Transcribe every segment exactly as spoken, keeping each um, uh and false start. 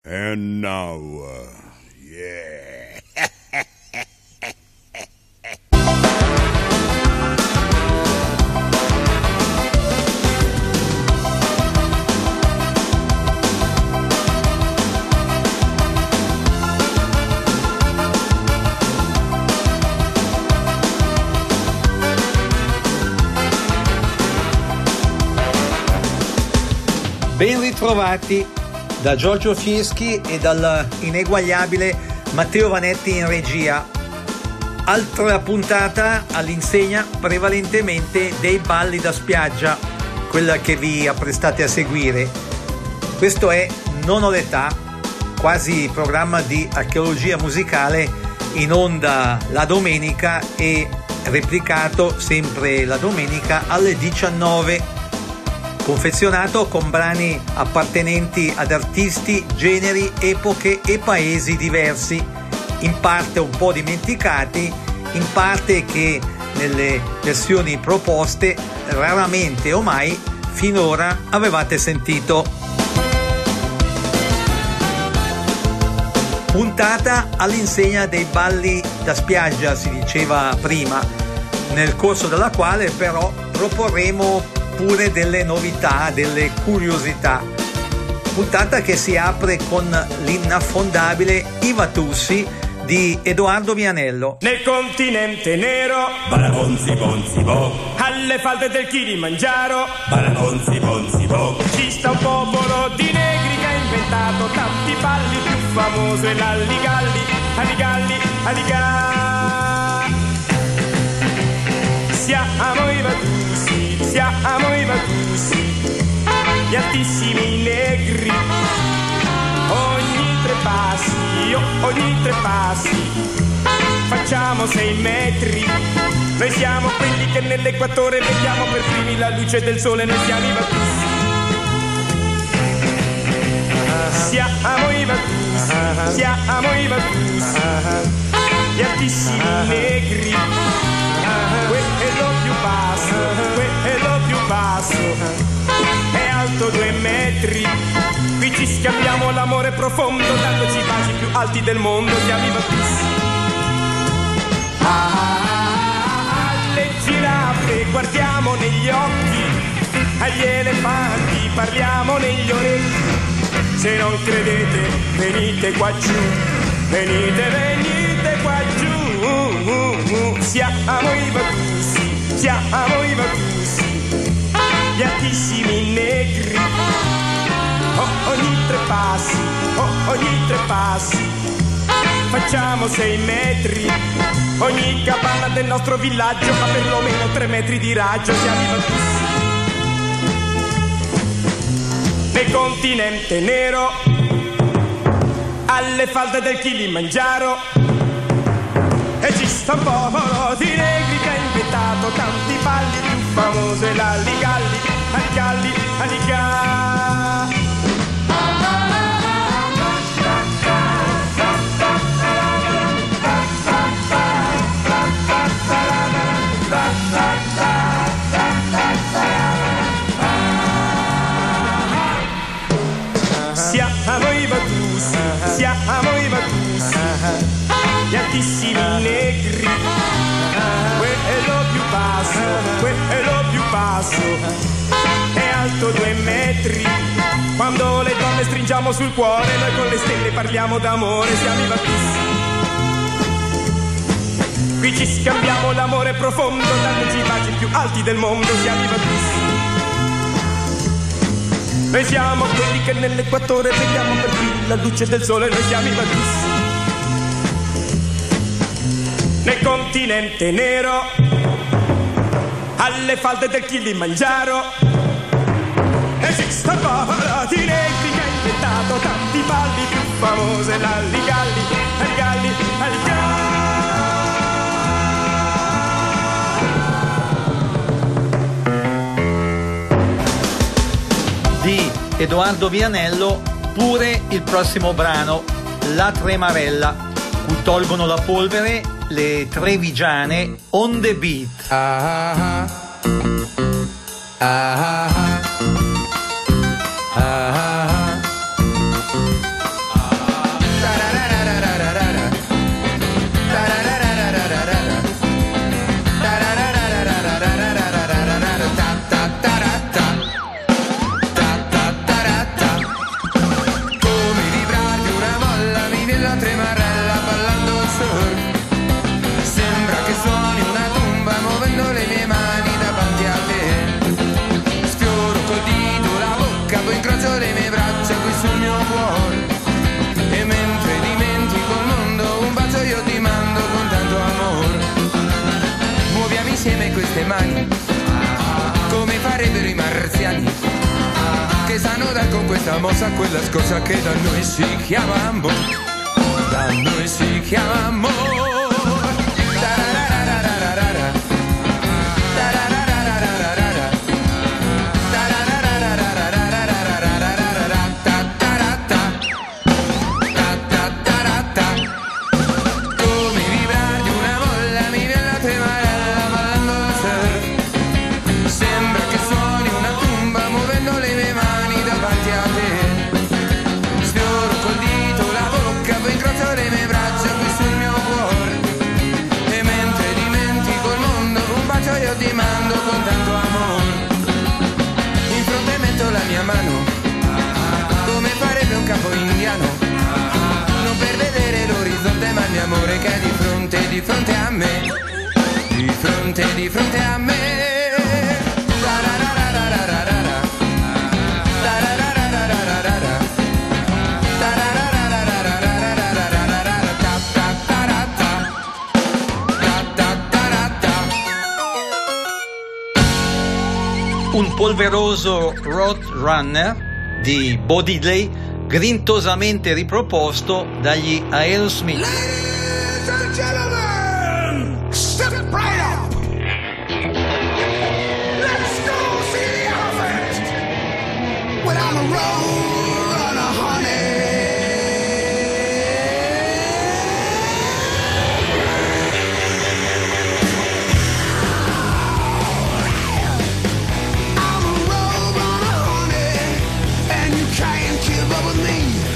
And now, uh, yeah. Ben ritrovati da Giorgio Fieschi e dal ineguagliabile Matteo Vanetti in regia. Altra puntata all'insegna prevalentemente dei balli da spiaggia, quella che vi apprestate a seguire. Questo è Non ho l'età, quasi programma di archeologia musicale in onda la domenica e replicato sempre la domenica alle diciannove. Confezionato con brani appartenenti ad artisti, generi, epoche e paesi diversi, in parte un po' dimenticati, in parte che nelle versioni proposte raramente o mai finora avevate sentito. Puntata all'insegna dei balli da spiaggia, si diceva prima, nel corso della quale però proporremo pure delle novità, delle curiosità. Puntata che si apre con l'inaffondabile I Vatussi di Edoardo Vianello. Nel continente nero, Baragonzi bonzi bo, alle falde del Kilimangiaro, Baragonzi bonzi bo, ci sta un popolo di negri che ha inventato tanti balli, più famoso è l'Alligalli, Alligalli, Alligalli. Siamo i Vatussi, siamo i Vatussi, gli altissimi negri, ogni tre passi, oh, ogni tre passi, facciamo sei metri, noi siamo quelli che nell'equatore vediamo per primi la luce del sole, noi siamo i Vatussi, siamo i Vatussi, siamo i Vatussi, gli altissimi negri, quello più basso, quello più basso, è alto due metri, qui ci scambiamo l'amore profondo, dandoci i baci più alti del mondo, siamo i Vatussi. Ah, alle giraffe guardiamo negli occhi, agli elefanti parliamo negli orecchi, se non credete venite qua giù, venite, venite qua giù. Siamo i Vatussi, siamo i Vatussi, gli altissimi negri, oh, ogni tre passi, oh, ogni tre passi, facciamo sei metri, ogni capanna del nostro villaggio ha perlomeno tre metri di raggio, siamo i Vatussi. Nel continente nero, alle falde del Kilimangiaro, e ci sta un popolo di negri che ha inventato tanti balli, più famoso è l'Alligalli, Alligalli, Alligalli. Siamo i Vatussi, siamo i Vatussi, gli altissimi negri, quello più basso, quello più basso, è alto due metri, quando le donne stringiamo sul cuore, noi con le stelle parliamo d'amore, siamo i Vatussi. Qui ci scambiamo l'amore profondo, dandoci i baci più alti del mondo, siamo i Vatussi. Noi siamo quelli che nell'equatore vediamo per qui la luce del sole, noi siamo i Vatussi. Nel continente nero, alle falde del Kilimangiaro, esiste un popolo di negri che ha inventato tanti balli, più famoso è l'Alligalli, Alligalli, Alligalli. Di Edoardo Vianello pure il prossimo brano, La Tremarella, cui tolgono la polvere le trevigiane On The Beat. Ah, ah, ah, ah, ah, sanno dar con questa mossa quella scossa che da noi si chiama amor, da noi si chiama amor. Amore che è di fronte, di fronte a me, di fronte, di fronte a me. Un polveroso Roadrunner di Bo Diddley, grintoosamente riproposto dagli Aerosmith. Ladies and gentlemen, step right up. Let's go see the elephant. When on the road, on a honey. On the road, on a honey, and you can't keep up with me.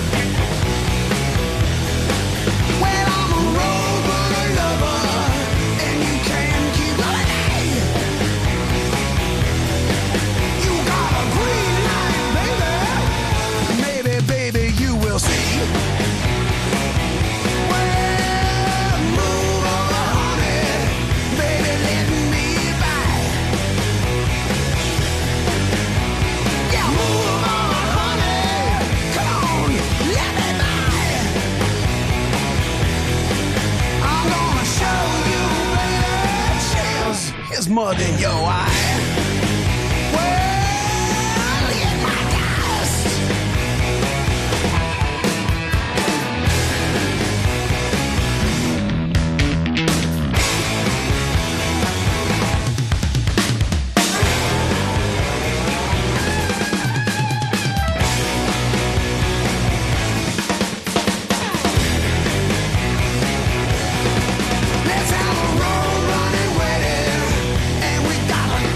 Well, I'm a road runner lover, and you can't keep up with me. You got a green light, baby. Maybe, baby, you will see. Well, move on, honey, baby, let me by. Yeah, move on, honey, come on, let me by. I'm gonna show you, baby, chills is more than your eye. Well, in my dust. Let's have a road running wedding, and we got a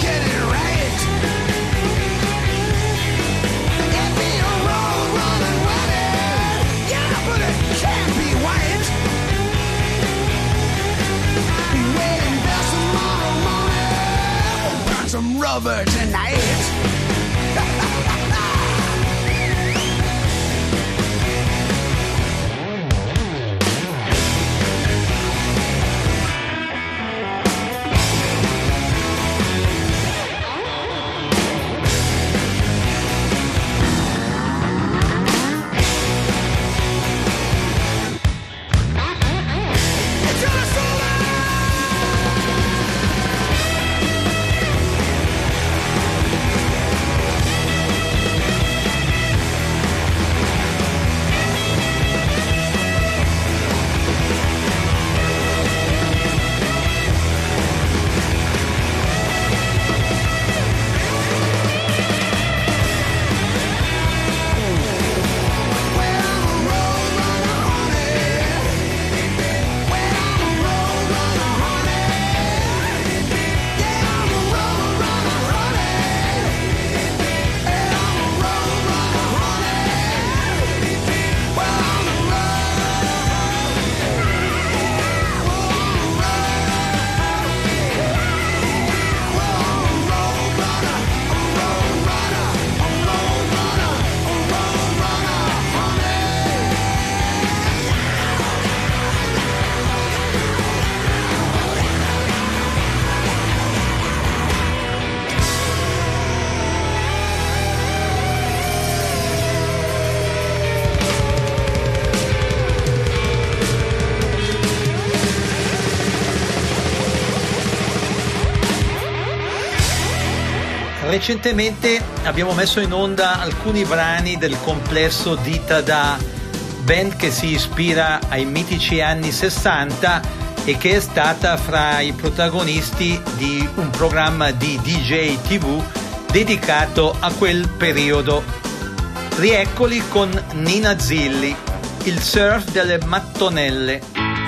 Recentemente abbiamo messo in onda alcuni brani del complesso Dita Da, band che si ispira ai mitici anni sessanta e che è stata fra i protagonisti di un programma di D J tivù dedicato a quel periodo. Rieccoli con Nina Zilli, il surf delle mattonelle.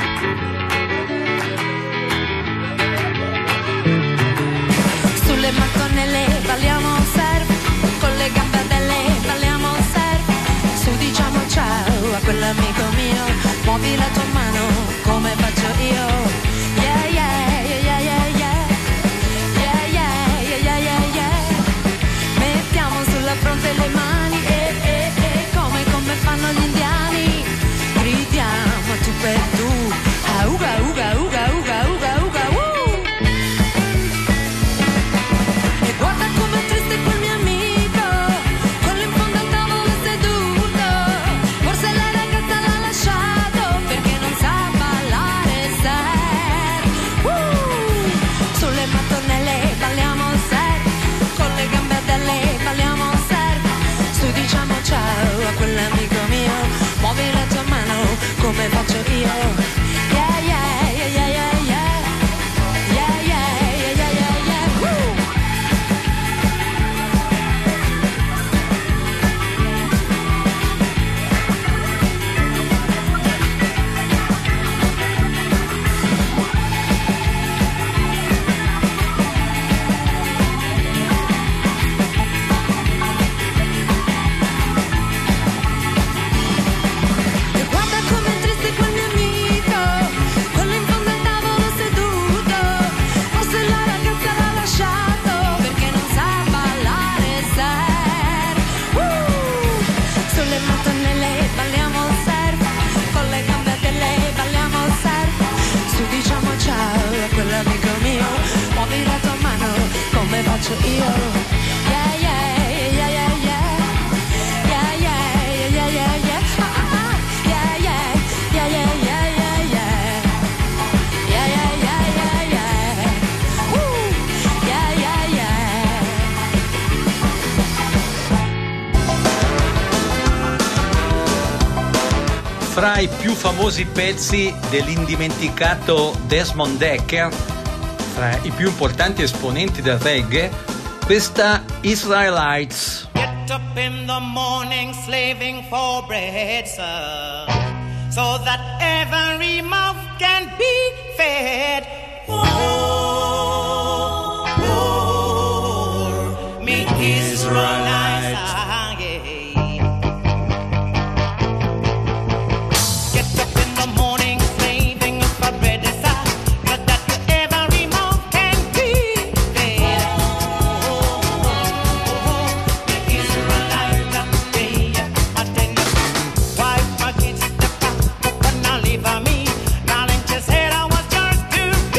Sulle mattonelle balliamo surf, con le gambardelle balliamo surf. Su diciamo ciao a quell'amico mio, muovi la tua mano come faccio io. Yeah yeah yeah yeah yeah yeah yeah yeah yeah yeah yeah. Mettiamo sulla fronte le mani e e e come come fanno gli indiani. Gridiamo tu per tu, ah uga uga uga uga uga uga uh. E guarda com'è triste quel mio amico, quello in fondo al tavolo seduto. Forse la ragazza l'ha lasciato perché non sa ballare surf. Uh! Sulle mattonelle balliamo surf, con le gambardelle balliamo surf. Su diciamo ciao a quell'amico mio, muovi la tua mano come faccio io. Yeah yeah yeah yeah yeah yeah yeah yeah yeah yeah yeah. Uh! E guarda com'è triste quel mio amico, quello in fondo al tavolo seduto. Forse la ragazza l'ha lasciato perché non sa ballare surf. Uh! Sulle mattonelle balliamo surf, con le gambardelle balliamo surf. Su diciamo ciao a quell'amico mio, muovi la tua mano come faccio io. Yeah yeah yeah yeah yeah yeah yeah yeah yeah yeah ah ah ah yeah yeah yeah yeah yeah yeah yeah yeah yeah yeah yeah yeah uh yeah yeah yeah. Fra i più famosi pezzi dell'indimenticato Desmond Dekker, fra i più importanti esponenti del reggae, questa Israelites. Get up in the morning slaving for bread, sir, so that every mouth can be fed. Oh, oh, me Israelites, ah, yeah. Get up in the morning slaving for bread, sir, so that every mouth can be fed. Wife, my kids, the pop, and now leave me. Darling, just said I was yours to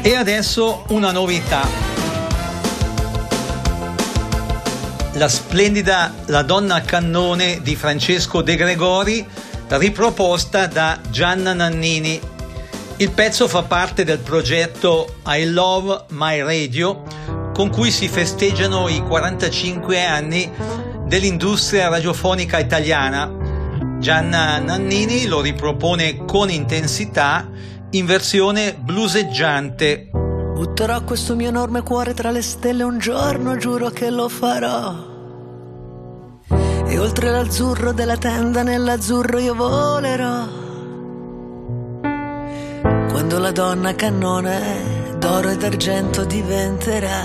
E adesso una novità. La splendida La donna cannone di Francesco De Gregori, riproposta da Gianna Nannini. Il pezzo fa parte del progetto I Love My Radio, con cui si festeggiano i quarantacinque anni dell'industria radiofonica italiana. Gianna Nannini lo ripropone con intensità in versione bluseggiante. Butterò questo mio enorme cuore tra le stelle un giorno, giuro che lo farò. E oltre l'azzurro della tenda, nell'azzurro io volerò. Quando la donna cannone d'oro ed argento diventerà,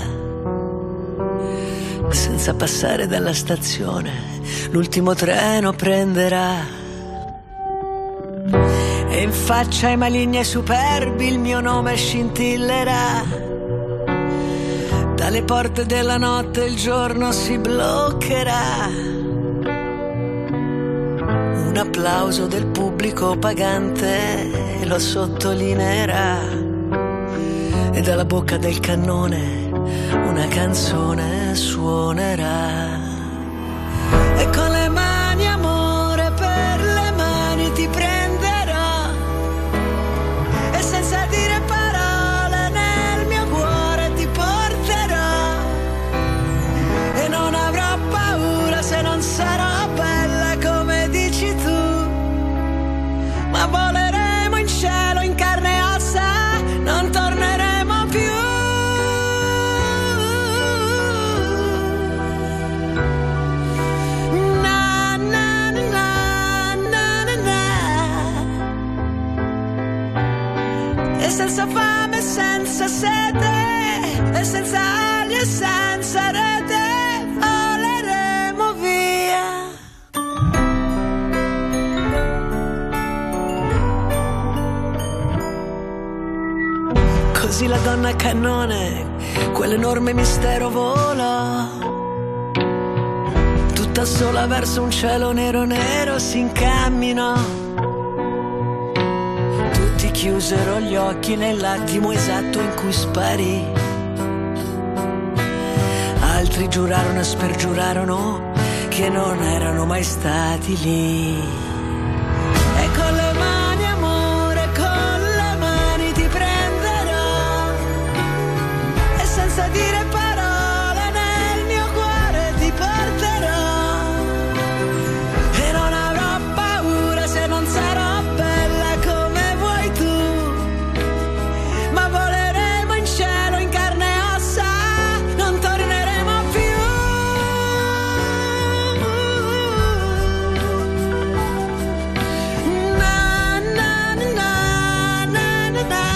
senza passare dalla stazione, l'ultimo treno prenderà. E in faccia ai maligni e superbi il mio nome scintillerà. Dalle porte della notte il giorno si bloccherà. Un applauso del pubblico pagante lo sottolineerà. E dalla bocca del cannone una canzone suonerà. E con le mani amore per le mani ti prenderò. E senza dire parole nel mio cuore ti porterò. E non avrò paura se non sarò bella come dici tu. Ma voleremo in cielo in carne e ossa, non torneremo più. Na, na, na, na, na, na. E senza fame, senza sete, e senza ali e senza rete, voleremo via. Così la donna cannone, quell'enorme mistero vola, tutta sola verso un cielo nero nero si incamminò. Tutti chiusero gli occhi nell'attimo esatto in cui sparì. Altri giurarono e spergiurarono che non erano mai stati lì. E con le mani amore, con le mani ti prenderò. E senza dire parole nel mio cuore ti porterò. E non avrò paura se non sarò bella come vuoi tu. Ma voleremo in cielo in carne e ossa, non torneremo più. Na, na, na, na, na, na.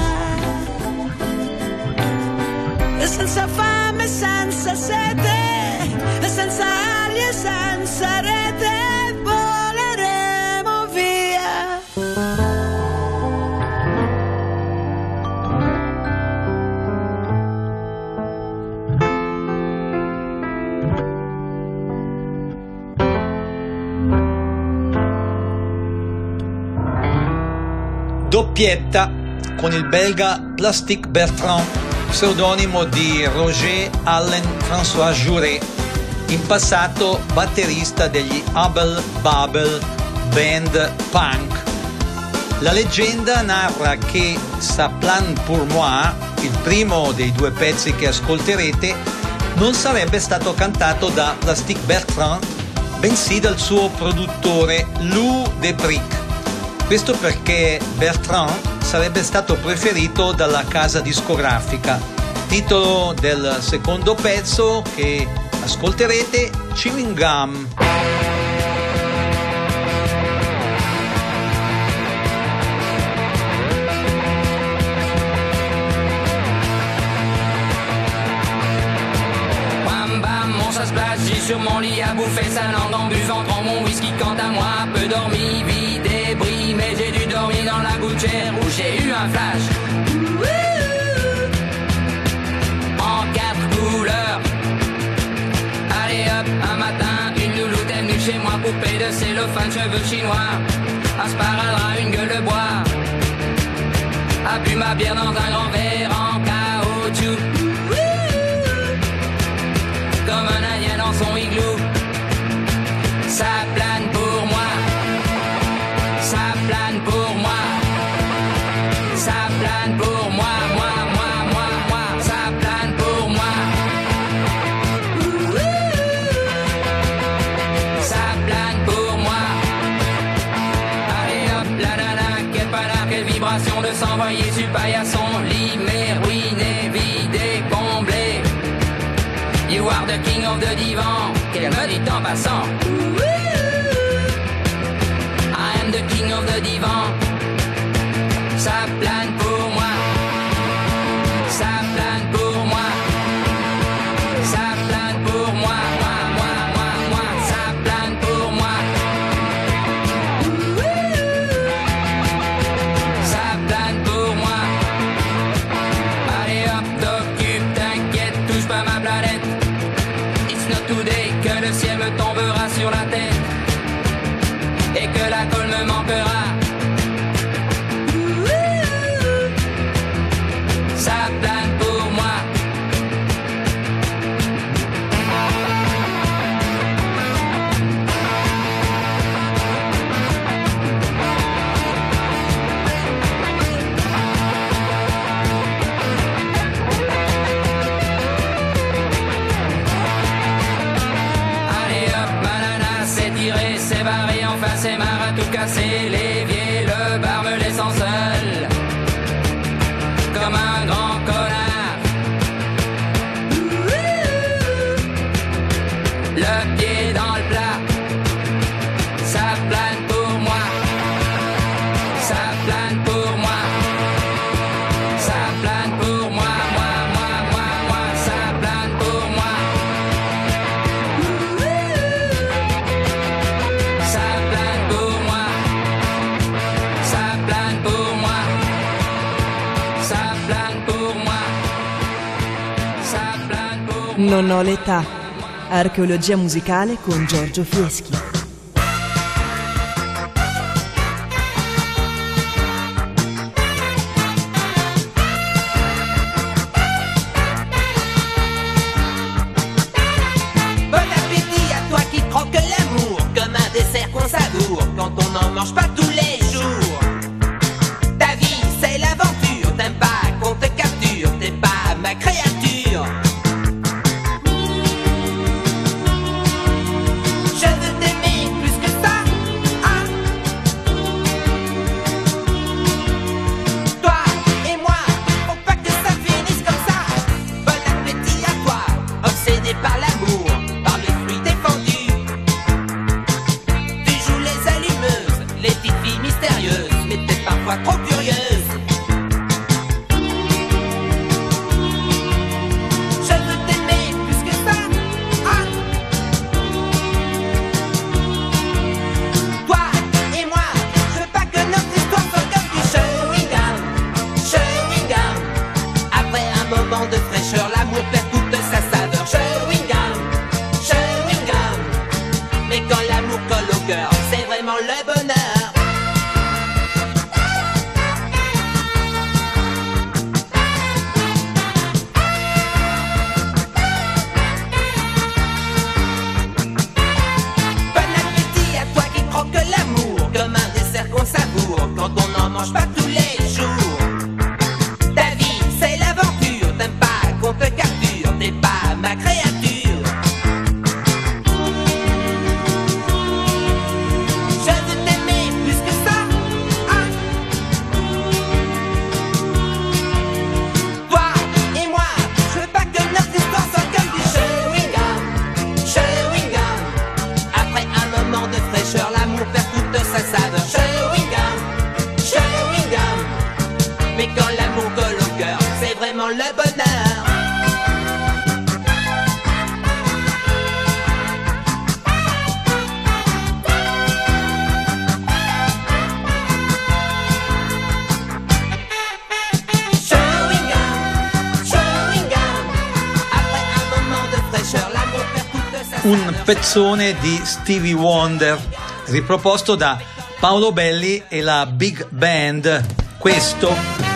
E senza fame, senza sete, e senza ali e senza rete, voleremo via. Doppietta con il belga Plastic Bertrand, pseudonimo di Roger Allen François Jouret, in passato batterista degli Abel Babel, band punk. La leggenda narra che Ça plane pour moi, il primo dei due pezzi che ascolterete, non sarebbe stato cantato da Plastic Bertrand, bensì dal suo produttore Lou Debrick. Questo perché Bertrand sarebbe stato preferito dalla casa discografica. Titolo del secondo pezzo che ascolterete, Chewing Gum. Bam bam, mon ça se place, j'ai sur mon lit à bouffer sa langue en buvant grand mon whisky. Quant à moi, peu dormi, vie débris, mais j'ai dû dormir dans la gouttière où j'ai eu un flash. En quatre couleurs. Allez hop, un matin, une louloute est venue chez moi, poupée de cellophane, cheveux chinois, un sparadrap, une gueule de bois, a bu ma bière dans un grand verre. plane pour moi, moi, moi, moi, moi, ça plane pour moi. Ça plane pour moi. Allez hop, la nana, quelle panard, quelle vibration de s'envoyer sur le paillasson. Limé, ruiné, vidé, comblé. You are the king of the divan, qu'elle me dit en passant. I am the king of the divan. Ça plane pour moi. Ça plane pour moi. Ça plane pour moi. Moi, moi, moi, moi. Ça plane pour moi. Ça plane pour moi. Allez hop, t'occupe, t'inquiète, touche pas ma planète. It's not today que le ciel me tombera sur la tête et que la colle me manquera. Ça plane pour moi. Allez hop, banana, c'est tiré, c'est barré, enfin c'est marre à tout casser. L'évier, le bar me laissant seul comme un grand connard. Le pied dans le plat. Ça plane pour moi. Ça plane pour moi. Ça plane pour moi. Moi, moi, moi, moi. Ça plane pour moi. Ça plane pour moi. Ça plane pour moi. Ça plane pour moi. Ça plane pour moi. Non ho l'età. Archeologia musicale con Giorgio Fieschi. Bon appétit à toi qui croque l'amour comme un dessert qu'on savoure quand on n'en mange pas tous les jours. Ta vie c'est l'aventure, t'aimes pas qu'on te capture, t'es pas ma créature. Je veux t'aimer plus que ça, ah. Toi et moi, faut pas que ça finisse comme ça. Bon appétit à toi, obsédé par l'amour, par le fruit défendu. Tu joues les allumeuses, les petites filles mystérieuses, mais t'es parfois trop curieuse. Je veux t'aimer plus que ça, ah. Toi et moi, je veux pas que notre histoire soit comme du chewing-gum, chewing-gum. Après un moment de fraîcheur, l'amour perd toute sa saveur. Chewing-gum, chewing-gum. Mais quand l'amour colle au cœur, c'est vraiment le bonheur. Bon appétit à toi qui croque l'amour comme un dessert qu'on savoure quand on n'en mange pas tous les jours. Ta vie c'est l'aventure, t'aimes pas qu'on te capture, t'es pas ma créature. Je veux t'aimer plus que ça, ah. Toi et moi, je veux pas que notre histoire soit comme du chewing-gum, chewing-gum. Après un moment de fraîcheur, l'amour perd toute sa saveur. Chewing-gum, chewing-gum. Mais quand l'amour colle au cœur, c'est vraiment le bonheur. Chewing-gum, chewing-gum. Après un moment de fraîcheur, l'amour perd toute sa saveur. Un pezzone di Stevie Wonder riproposto da Paolo Belli e la Big Band. Questo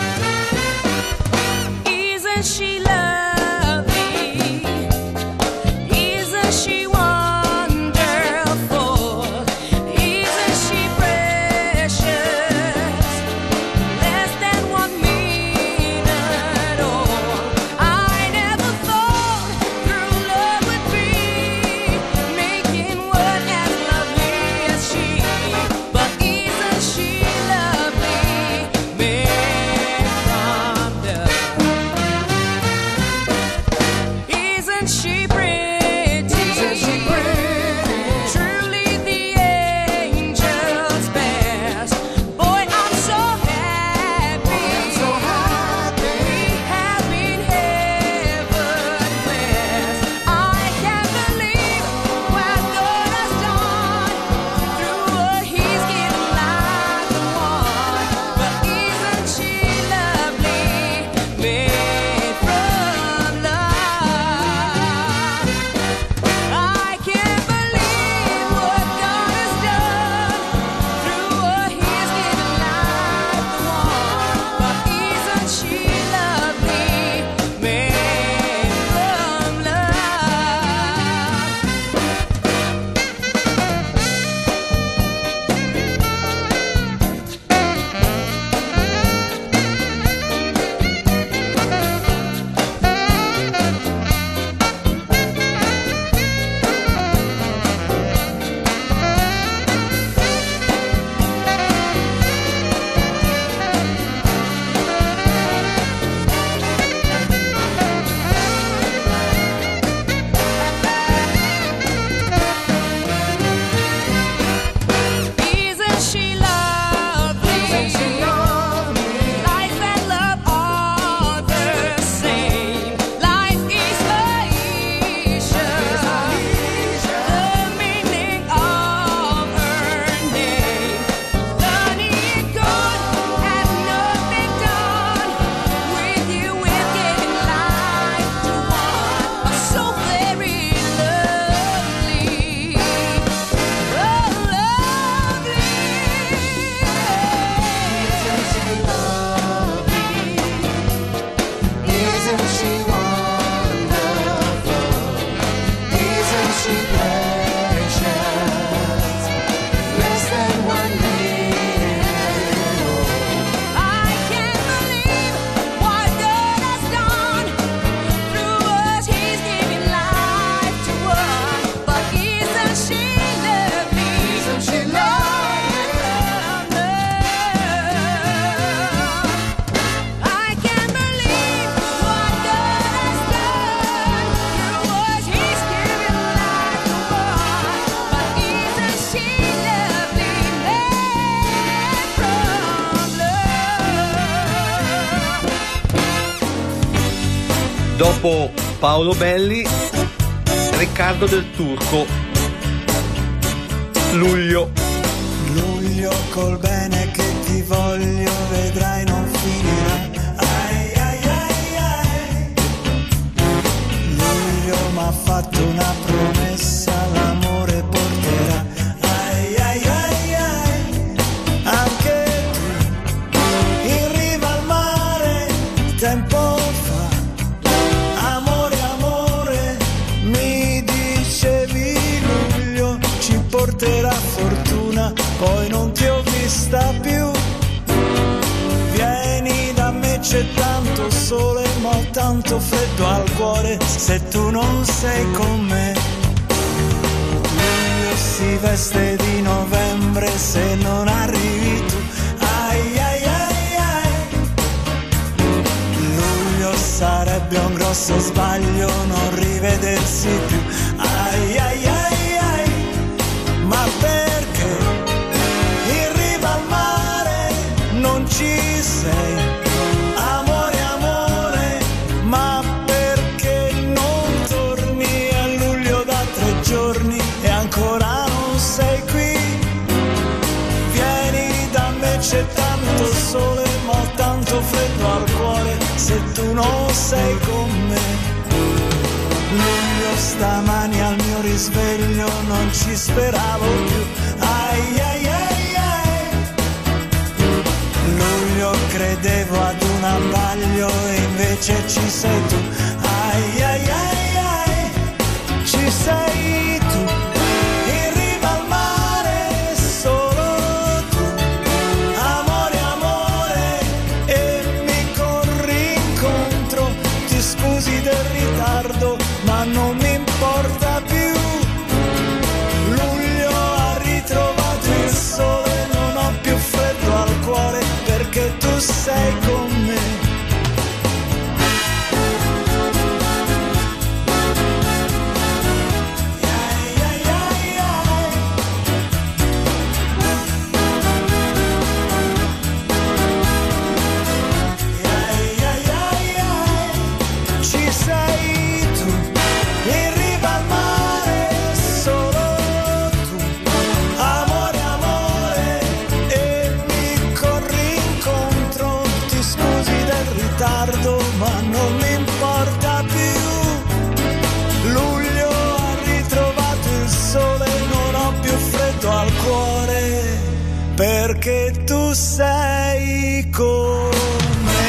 Isn't she lovely? Isn't she wonderful? Isn't she precious? Less than one minute. Dopo Paolo Belli, Riccardo del Turco, Luglio. Luglio col bene che ti voglio, vedrai non finirà. Ai ai ai ai. Luglio m'ha fatto una promessa, l'amore porterà. Ai ai ai ai. Anche tu, in riva al mare, tempo fa. Amore, amore, mi dicevi luglio ci porterà fortuna, poi non ti ho vista più. Vieni da me, c'è tanto sole, ma ho tanto freddo al cuore se tu non sei con me. Luglio si veste di novembre se non arrivi tu. Ai ai ai ai. Luglio sarebbe un grosso sbaglio non rivedersi più. Ai ai ai ai. Ma perché in riva al mare non ci sei? Amore, amore, ma perché non torni a luglio da tre giorni e ancora non sei qui? Vieni da me, c'è tanto sole, ma ho tanto freddo al cuore se tu non sei con me. Luglio stamani al mio risveglio non ci speravo più. Ai ai ai ai. Luglio credevo ad un abbaglio e invece ci sei tu. Ai ai ai ai. Ci sei tu. In riva al mare solo tu. Amore, amore, e mi corri incontro. Ti scusi del ritardo, ma non mi importa più. Luglio ha ritrovato il sole, non ho più freddo al cuore perché tu sei con me. Ai, ai, ai, ai. Ai, ai, ai, ai. Ci sei tu. In riva al mare solo tu. Amore, amore, e mi corri incontro. Ti scusi del ritardo, ma non mi importa più. Luglio ha ritrovato il sole, non ho più freddo al cuore perché tu sei con me.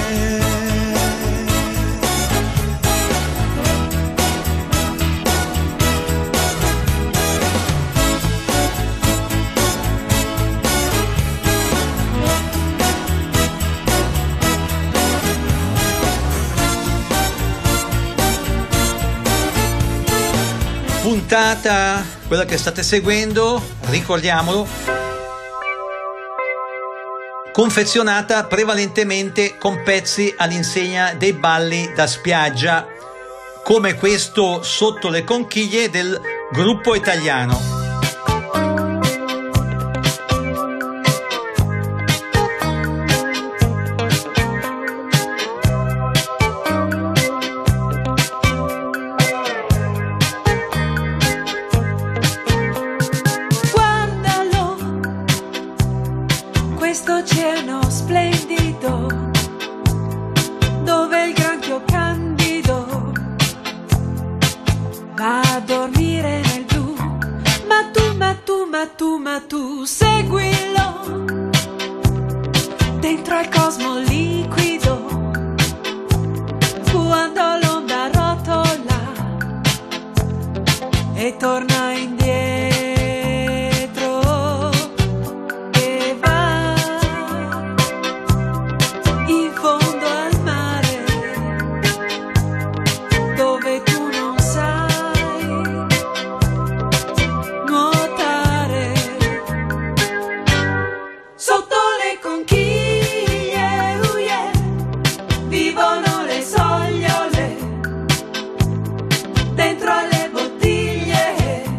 Puntata, quella che state seguendo, ricordiamolo, confezionata prevalentemente con pezzi all'insegna dei balli da spiaggia, come questo Sotto le conchiglie del gruppo italiano. Guardalo, questo oceano splendido, dove il granchio candido va a dormire nel blu. Ma tu, ma tu, ma tu, ma tu, seguilo dentro al cosmo liquido, quando l'onda rotola e torna indietro e va in fondo al mare, dove tu non sai nuotare. Sotto le conchiglie, uh yeah, vivono le sogliole, dentro alle bottiglie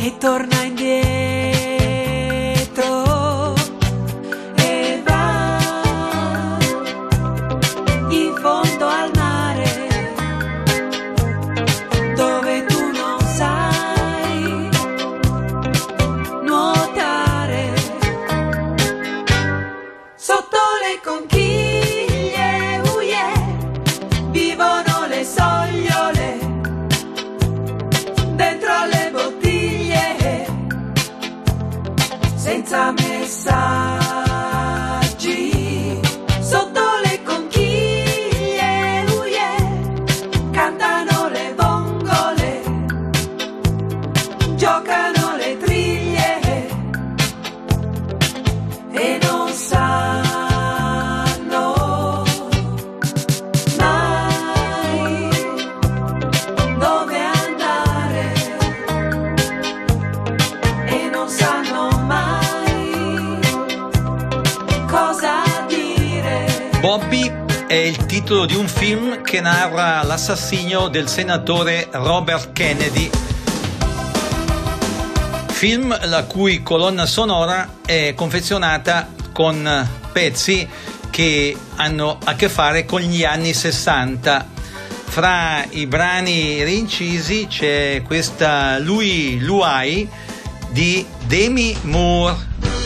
e torna indietro e va in fondo al mare dove tu non sai nuotare. Sotto le conchiglie, uie, vivono le sogliole, dentro le bottiglie, senza messaggi. Sotto le conchiglie, uie, cantano le vongole, giocano le triglie e non sanno mai dove andare e non sanno mai cosa dire. Bobby è il titolo di un film che narra l'assassinio del senatore Robert Kennedy, film la cui colonna sonora è confezionata con pezzi che hanno a che fare con gli anni sessanta. Fra i brani rincisi c'è questa Louie Louie di Demi Moore.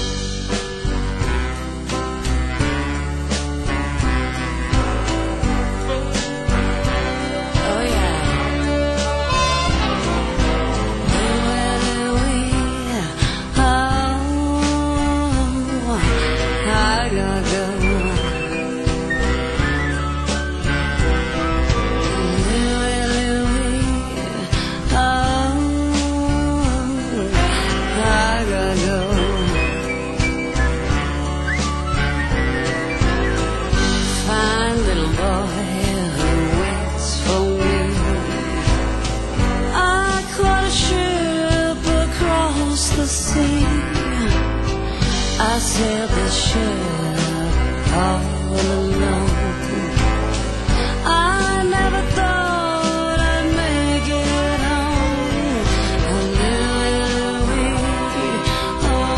I sailed the ship all alone. I never thought I'd make it home. Louie, oh,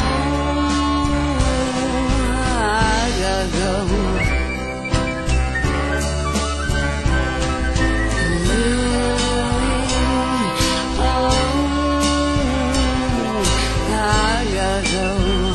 I gotta go. Louie, oh, I gotta go.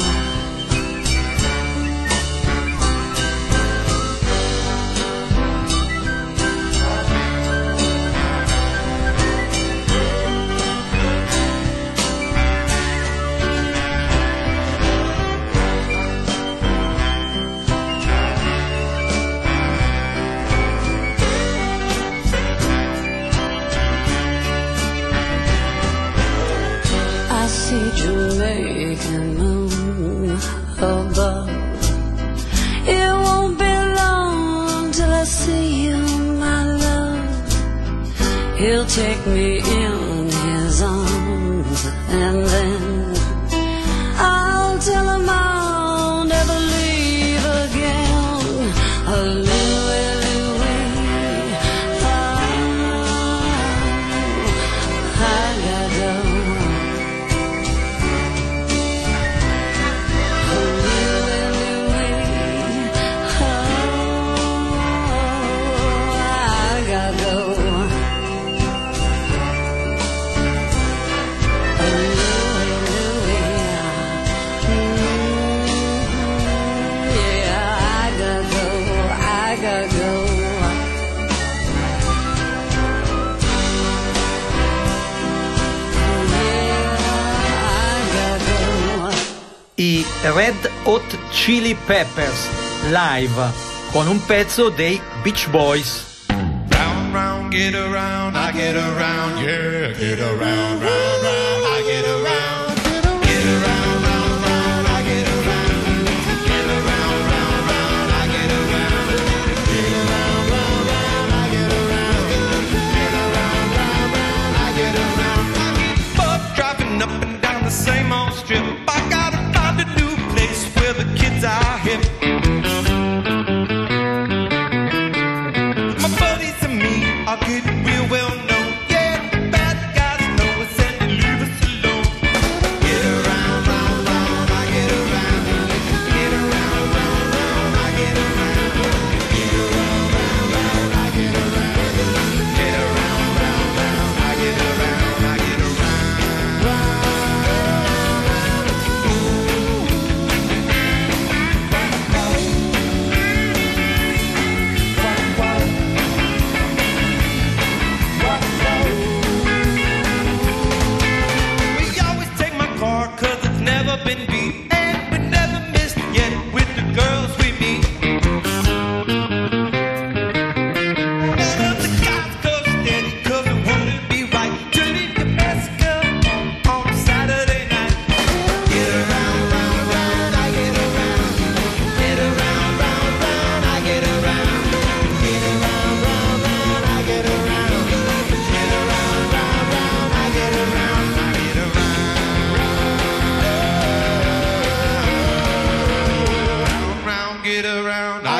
I see Jamaican moon above. It won't be long till I see you, my love. He'll take me in his arms and then I'll tell him I'll never leave again. Oh, Louie, Louie, oh, I gotta go. I Red Hot Chili Peppers live con un pezzo dei Beach Boys. Round, round, get around, I get around, yeah, get around, round, round, I get around, get around, round, round, I get around, get around, round, round, I get around, get around, round, round, I get around, get around, round, round, I get around. I get bored driving up and down the same old strip. I gotta find a new place where the kids are hip. My buddies and me are getting real well known. Yeah, the bad guys know us and they leave us alone.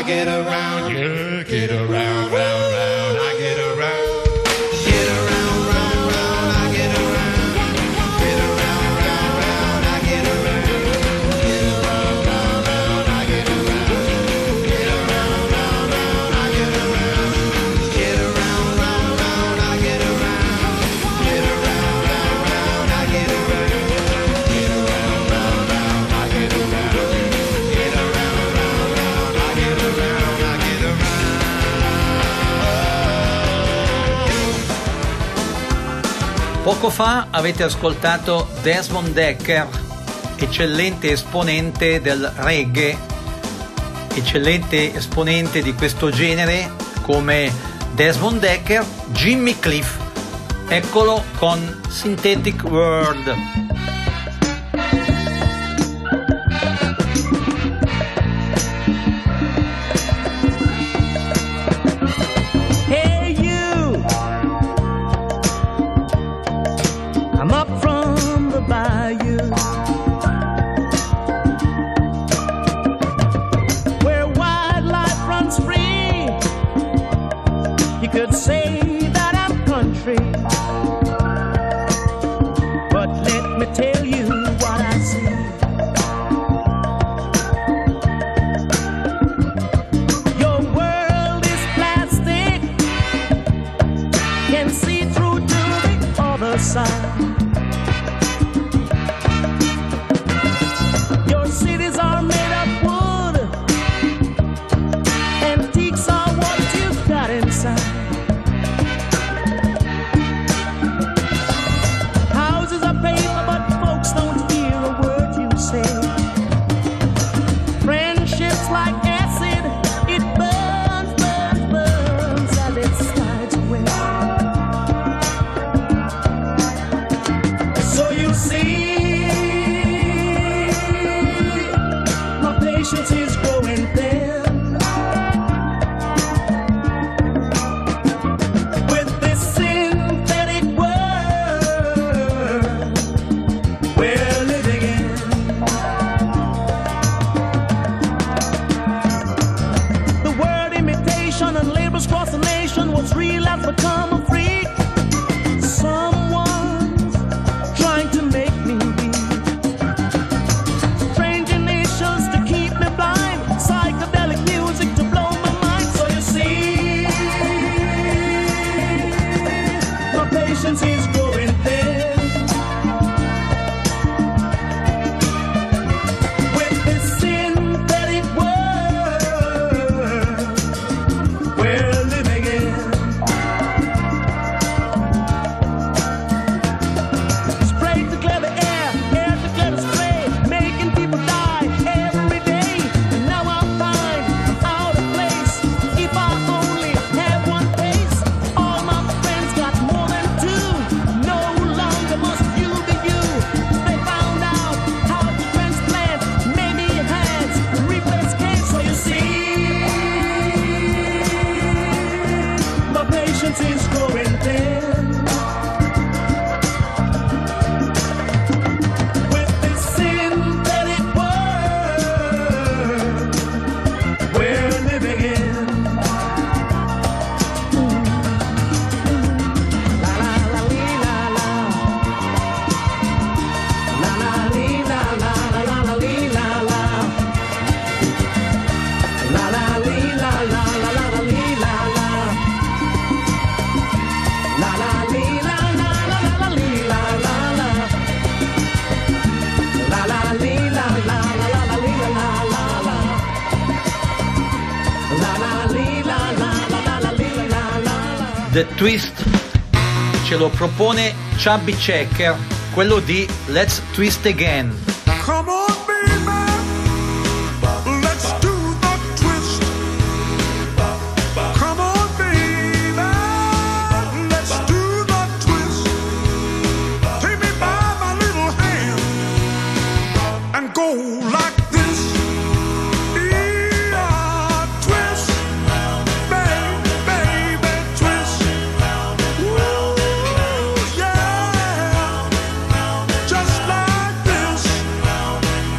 I get around, yeah, get around, round, round, I get around. Get around, round, round, I get around. Get around, round, round, I get around. Get around, round, round, I get around. Get around, round, round, I get around. Get around, round, round, I get around. Get around, round, round, I get around. Get around, round, round, I get around. Get around, round, round, I get around. I get around. Poco fa avete ascoltato Desmond Dekker, eccellente esponente del reggae, eccellente esponente di questo genere come Desmond Dekker, Jimmy Cliff. Eccolo con Synthetic World. Hey you, I'm up from the bayou, where wildlife runs free. You could say that I'm country, but let me tell you what I see. Your world is plastic, can see through to the other side. Your cities are made of wood, antiques are what you've got inside. Houses are paper, but folks don't hear a word you say. Friendships like acid, it burns, burns, burns as it slides away. So you see, my patience is growing thin with this synthetic world we're living in. The word imitation and labels across the nation, what's real has become a freak. Someone's trying to make me weak. Strange initials to keep me blind, psychedelic music to blow my mind. So you see, my patience is growing thin with this synthetic world we're living in. Spray to clear the air, air to clear the spray, making people die every day. And now I'm fine, I'm out of place. If I only had one face, all my friends got more than two. No longer must you be you. They found out how to transplant maybe hands, replace cancer. So you see, my patience is growing thin with this synthetic world we're living in. La la la lee, la la. La la lee, la la, la la la lee, la la. La la lee, la la, la la la lee, la la. La la lee, la la, la la la lee, la la la. La la lee, la la, la la la lee, la la la. La la lee, la la, la la la lee, la la la. The Twist ce lo propone Chubby Checker, quello di Let's Twist Again. Come on, baby, let's do the twist. Come on, baby, let's do the twist. Take me by my little hand and go like this. Yeah, twist, baby, baby, twist. Ooh, yeah, just like this.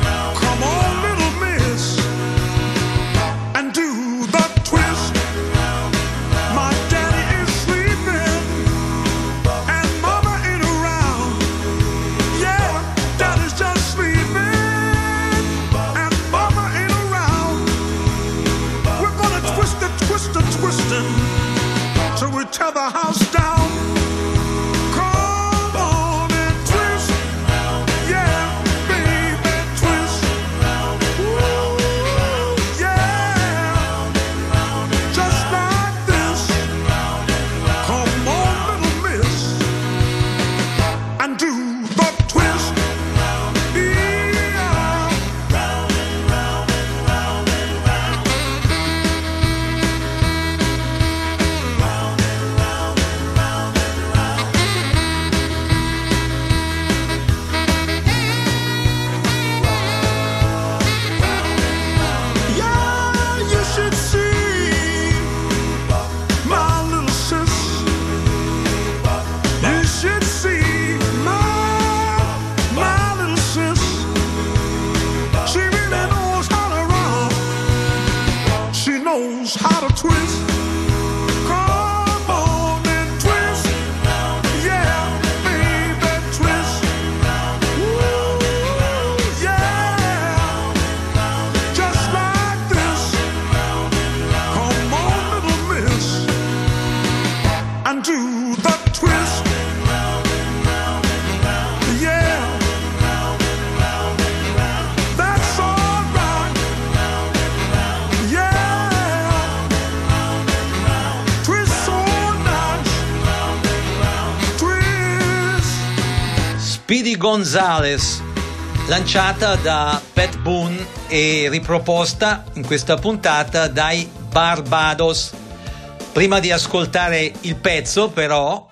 Speedy Gonzales, lanciata da Pat Boone e riproposta in questa puntata dai Barbados. Prima di ascoltare il pezzo, però,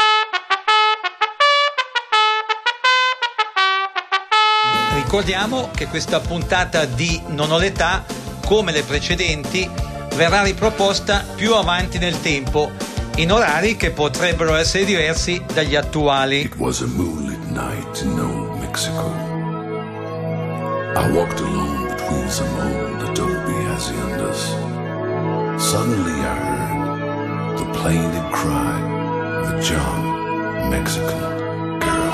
ricordiamo che questa puntata di Non ho l'età, come le precedenti, verrà riproposta più avanti nel tempo, in orari che potrebbero essere diversi dagli attuali. It was a moonlit night in old Mexico. I walked alone between some old adobe haciendas. Suddenly I heard the plaintive cry of a young Mexican girl.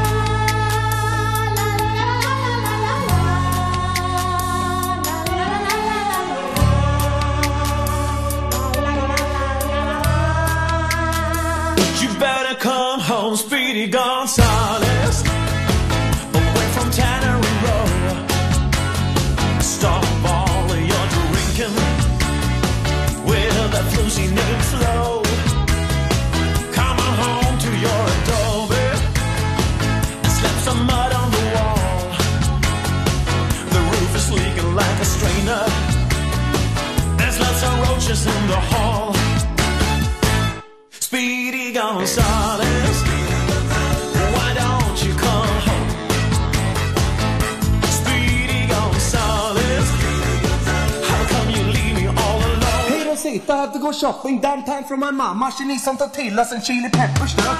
You better come home, Speedy Gonzales, away from Tannery Row. Stop all of your drinking with that floozy new flow. Come on home to your adobe and slap some mud on the wall. The roof is leaking like a strainer. There's lots of roaches in the hall. Speedy Gonzales, why don't you come home? Speedy Gonzales, how come you leave me all alone? Hey Rosita, I have to go shopping downtown for my mama. She needs some tortillas and chili peppers now.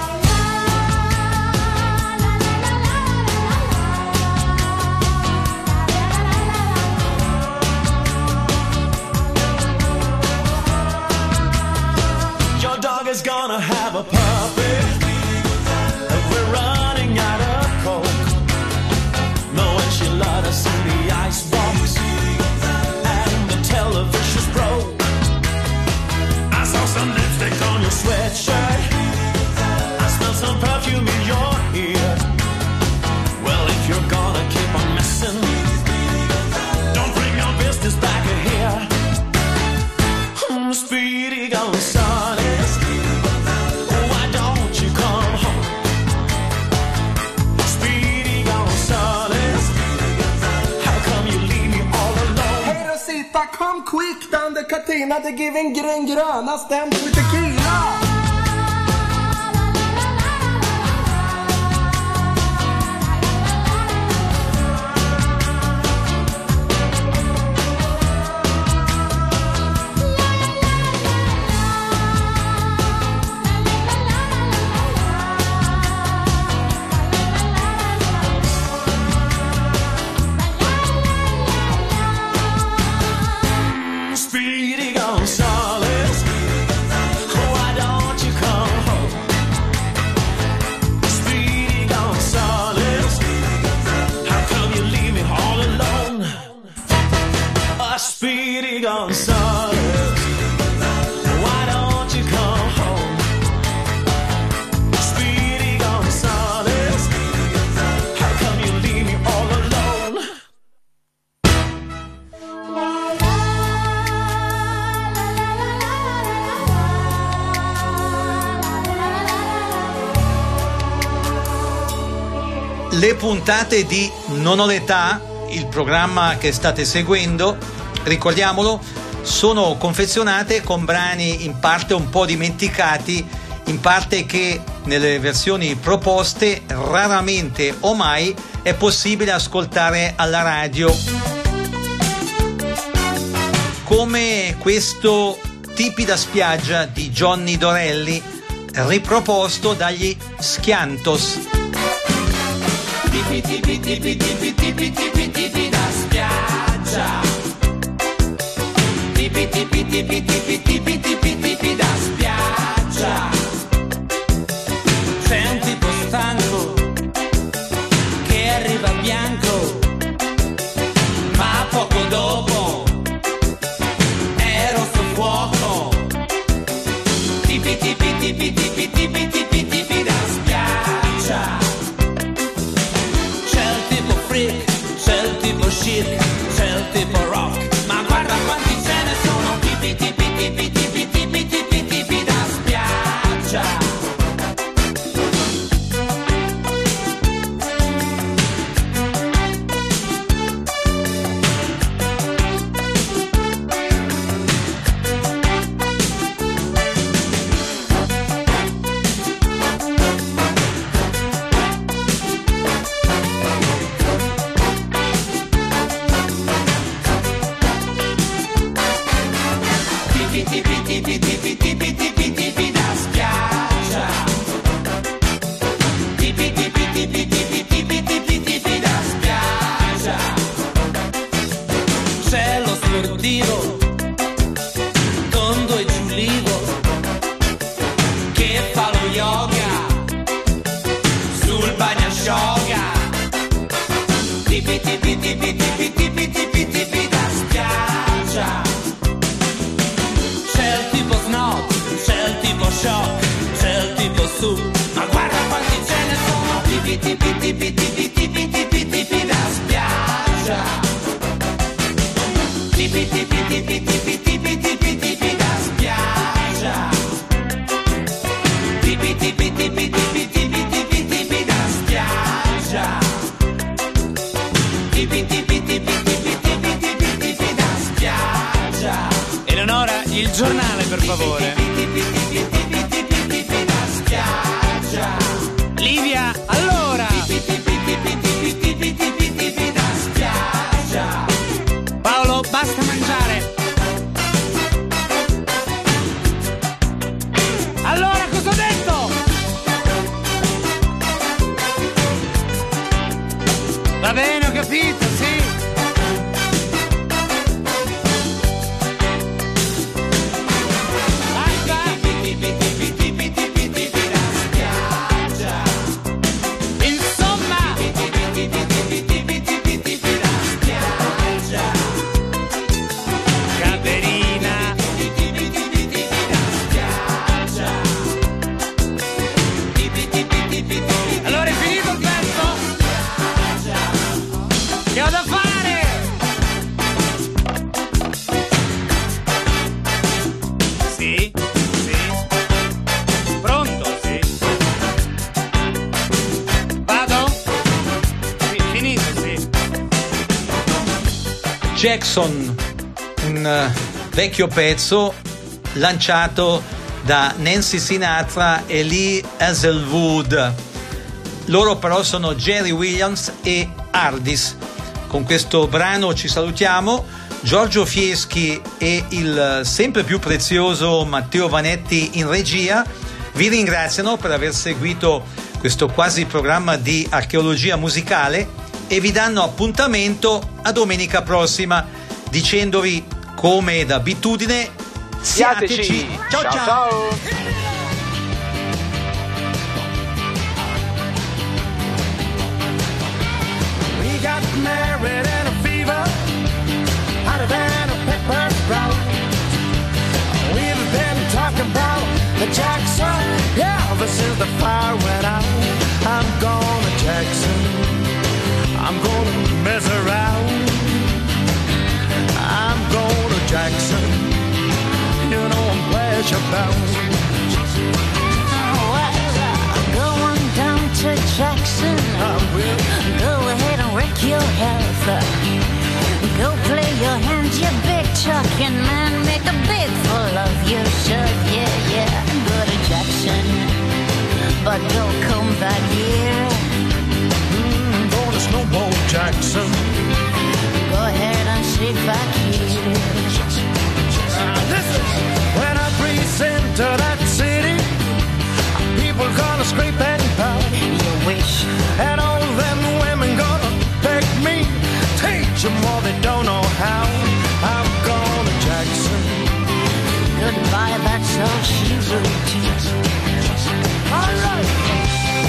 Is gonna have a puppy. We're running out of coke. Knowing she let us in the icebox and the television's broke. I saw some lipstick on your sweatshirt. I smell some perfume in your ear. Well, if you're gonna keep on messing, don't bring your business back here. Mm, Speedy Gonzales, come quick down the Katina, they're giving grön gröna stamps with tequila. Speedy Gonzales, why don't you come home? Speedy Gonzales, how come you leave me all alone? Uh, Speedy Gonzales, why don't you come home? Speedy Gonzales, how come you leave me all alone? Le puntate di Non ho l'età, il programma che state seguendo, ricordiamolo, sono confezionate con brani in parte un po' dimenticati, in parte che nelle versioni proposte raramente o mai è possibile ascoltare alla radio. Come questo Tipi da spiaggia di Johnny Dorelli, riproposto dagli Schiantos. Tipi tipi tipi tipi tipi tipi tipi da spiaggia. Tipi tipi tipi tipi tipi tipi tipi da spiaggia. C'è un tipo stanco che arriva bianco, ma poco dopo è rosso fuoco. Tipi tipi tipi tipi tipi tipi tipi da spiaggia. C'è il tipo chic, c'è il tipo rock, ma guarda quanti ce ne sono. Tipi tipi tipi tipi tipi tipi tipi da spiaggia. tipi tipi tipi tipi tipi tipi tipi da spiaggia. C'è il tipo snob, c'è il tipo shock, c'è il tipo su, ma guarda quanti ce ne sono. Tipi tipi tipi tipi tipi tipi tipi da spiaggia. Tipi tipi tipi tipi tipi tipi tipi da spiaggia. Tipi tipi tipi tipi tipi tipi tipi da spiaggia. Tipi tipi tipi tipi tipi tipi tipi da spiaggia. Eleonora, il giornale per favore. Livia, allora. Paolo, basta mangiare. Allora, cosa ho detto? Va bene, ho capito, sì. Allora è finito il pezzo? Che ho da fare? Sì, sì. Pronto? Sì. Vado? Sì, finito, sì. Jackson, un uh, vecchio pezzo lanciato da Nancy Sinatra e Lee Hazelwood. Loro però sono Jerry Williams e Hardys. Con questo brano ci salutiamo. Giorgio Fieschi e il sempre più prezioso Matteo Vanetti in regia vi ringraziano per aver seguito questo quasi programma di archeologia musicale e vi danno appuntamento a domenica prossima dicendovi, come d'abitudine, siateci. Ciao ciao, ciao. We got married in a fever, hotter than a pepper sprout. We've been talking about the Jackson, yeah, ever since the fire went out. I'm going to Jackson, I'm gonna mess around. I'm going to Jackson, you know I'm pleasure bound. Well, going down to Jackson, I will. Go ahead and wreck your health. Go play your hand, you big talking man. Make a big fool of yourself, yeah, yeah. Go to Jackson, but don't come back here. Mm, going to Snowball Jackson. Go ahead and sit back here. Listen, when I breeze into that city, people gonna scrape and pout. You wish. And all them women gonna beg me, teach them all they don't know how. I'm going to Jackson. Goodbye, that's all she wrote. All right.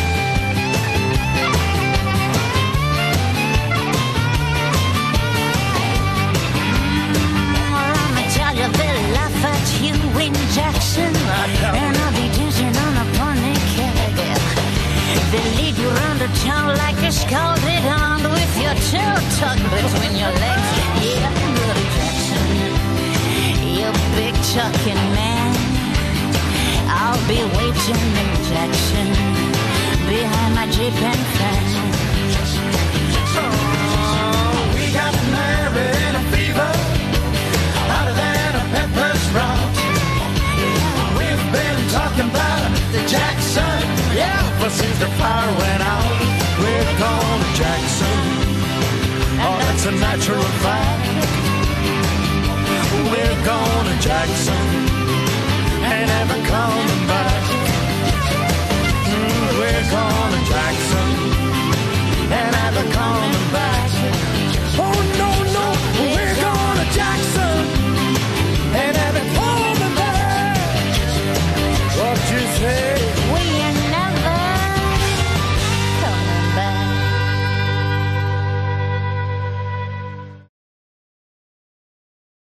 They'll laugh at you in Jackson, and I'll be dancing on a pony keg. They'll lead you around the town like a scalded hound with your tail tucked between your legs. Yeah, go to Jackson, you big talking man. I'll be waiting in Jackson behind my Jeep and fan. Oh, we got married in a fever, hotter than a pepper sprout. We've been talking about the Jackson, yeah, but since the fire went out, we're going to Jackson. Oh, that's a natural fact. We're going to Jackson, ain't ever come